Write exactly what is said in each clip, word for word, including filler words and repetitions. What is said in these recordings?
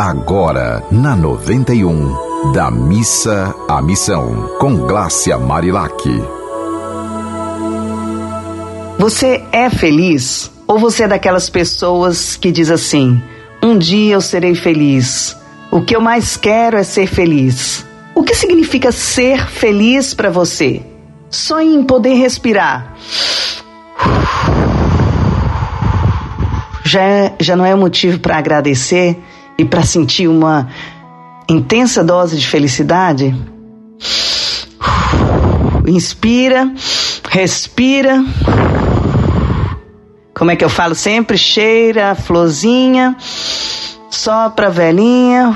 agora na noventa e um, da missa à missão, com Glácia Marilac. Você é feliz? Ou você é daquelas pessoas que diz assim: um dia eu serei feliz, o que eu mais quero é ser feliz? O que significa ser feliz para você? Sonhe em poder respirar. Já, é, já não é um motivo para agradecer e para sentir uma intensa dose de felicidade? Inspira, respira. Como é que eu falo sempre? Cheira a florzinha, sopra a velhinha.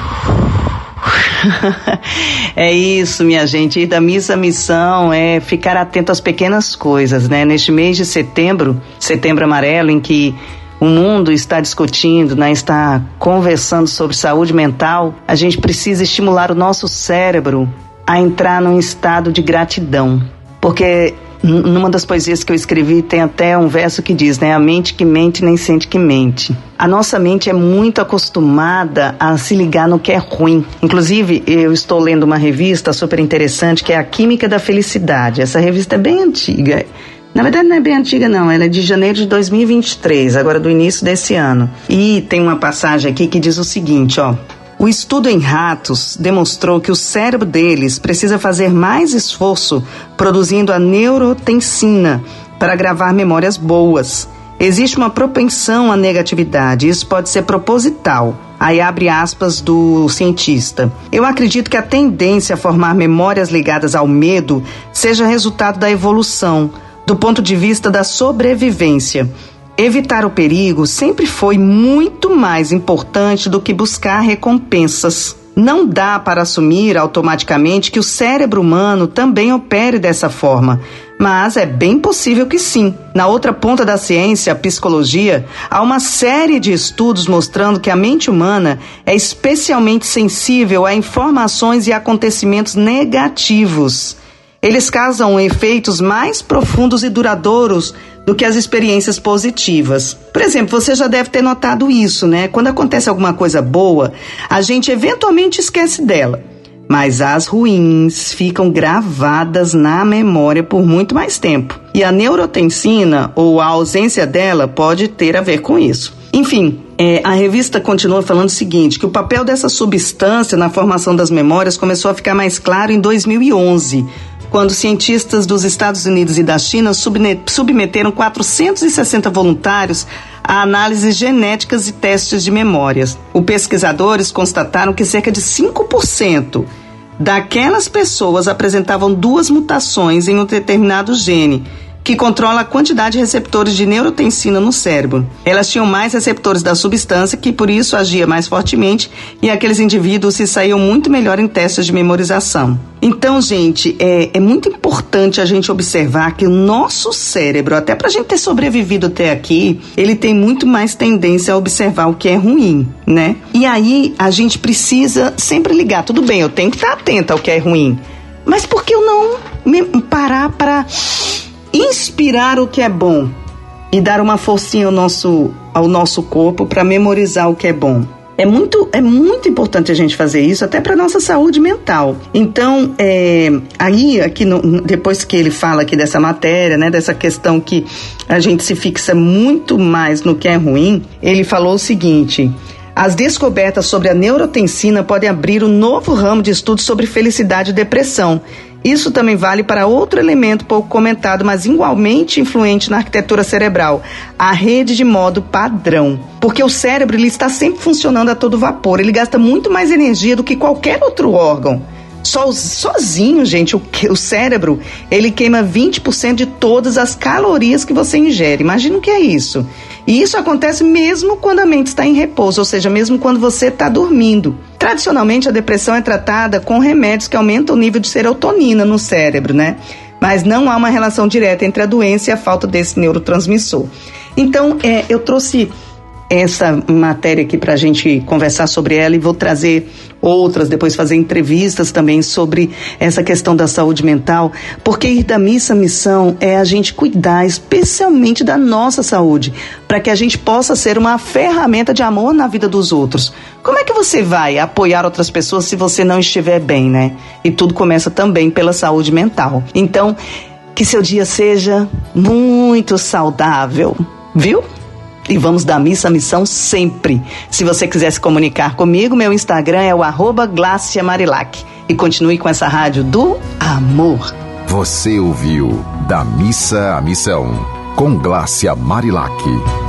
É isso, minha gente. Ir da missa à missão é ficar atento às pequenas coisas, né? Neste mês de setembro, setembro amarelo, em que o mundo está discutindo, né? Está conversando sobre saúde mental, a gente precisa estimular o nosso cérebro a entrar num estado de gratidão. Porque numa das poesias que eu escrevi tem até um verso que diz, né? A mente que mente nem sente que mente. A nossa mente é muito acostumada a se ligar no que é ruim. Inclusive, eu estou lendo uma revista super interessante que é A Química da Felicidade. Essa revista é bem antiga. Na verdade não é bem antiga não, ela é de janeiro de dois mil e vinte e três, agora do início desse ano. E tem uma passagem aqui que diz o seguinte, ó. O estudo em ratos demonstrou que o cérebro deles precisa fazer mais esforço produzindo a neurotensina para gravar memórias boas. Existe uma propensão à negatividade, isso pode ser proposital. Aí abre aspas do cientista. Eu acredito que a tendência a formar memórias ligadas ao medo seja resultado da evolução, do ponto de vista da sobrevivência. Evitar o perigo sempre foi muito mais importante do que buscar recompensas. Não dá para assumir automaticamente que o cérebro humano também opere dessa forma, mas é bem possível que sim. Na outra ponta da ciência, a psicologia, há uma série de estudos mostrando que a mente humana é especialmente sensível a informações e acontecimentos negativos. Eles causam efeitos mais profundos e duradouros do que as experiências positivas. Por exemplo, você já deve ter notado isso, né? Quando acontece alguma coisa boa, a gente eventualmente esquece dela. Mas as ruins ficam gravadas na memória por muito mais tempo. E a neurotensina, ou a ausência dela, pode ter a ver com isso. Enfim, é, a revista continua falando o seguinte, que o papel dessa substância na formação das memórias começou a ficar mais claro em dois mil e onze, quando cientistas dos Estados Unidos e da China submeteram quatrocentos e sessenta voluntários a análises genéticas e testes de memórias. Os pesquisadores constataram que cerca de cinco por cento daquelas pessoas apresentavam duas mutações em um determinado gene, que controla a quantidade de receptores de neurotensina no cérebro. Elas tinham mais receptores da substância, que por isso agia mais fortemente, e aqueles indivíduos se saíam muito melhor em testes de memorização. Então, gente, é, é muito importante a gente observar que o nosso cérebro, até para a gente ter sobrevivido até aqui, ele tem muito mais tendência a observar o que é ruim, né? E aí, a gente precisa sempre ligar. Tudo bem, eu tenho que estar atenta ao que é ruim, mas por que eu não me parar para inspirar o que é bom e dar uma forcinha ao nosso, ao nosso corpo para memorizar o que é bom? É muito, é muito importante a gente fazer isso, até para nossa saúde mental. Então, é, aí, aqui no, depois que ele fala aqui dessa matéria, né, dessa questão que a gente se fixa muito mais no que é ruim, ele falou o seguinte: as descobertas sobre a neurotensina podem abrir um novo ramo de estudos sobre felicidade e depressão. Isso também vale para outro elemento pouco comentado, mas igualmente influente na arquitetura cerebral, a rede de modo padrão. Porque o cérebro ele está sempre funcionando a todo vapor, ele gasta muito mais energia do que qualquer outro órgão. So, sozinho, gente, o, o cérebro, ele queima vinte por cento de todas as calorias que você ingere. Imagina o que é isso. E isso acontece mesmo quando a mente está em repouso, ou seja, mesmo quando você está dormindo. Tradicionalmente, a depressão é tratada com remédios que aumentam o nível de serotonina no cérebro, né? Mas não há uma relação direta entre a doença e a falta desse neurotransmissor. Então, é, eu trouxe essa matéria aqui para a gente conversar sobre ela e vou trazer outras, depois fazer entrevistas também sobre essa questão da saúde mental, porque ir da missa à missão é a gente cuidar especialmente da nossa saúde, para que a gente possa ser uma ferramenta de amor na vida dos outros. Como é que você vai apoiar outras pessoas se você não estiver bem, né? E tudo começa também pela saúde mental. Então, que seu dia seja muito saudável, viu? E vamos da missa à missão sempre. Se você quiser se comunicar comigo, meu Instagram é o arroba Glácia Marilac. E continue com essa rádio do amor. Você ouviu Da Missa à Missão, com Glácia Marilac.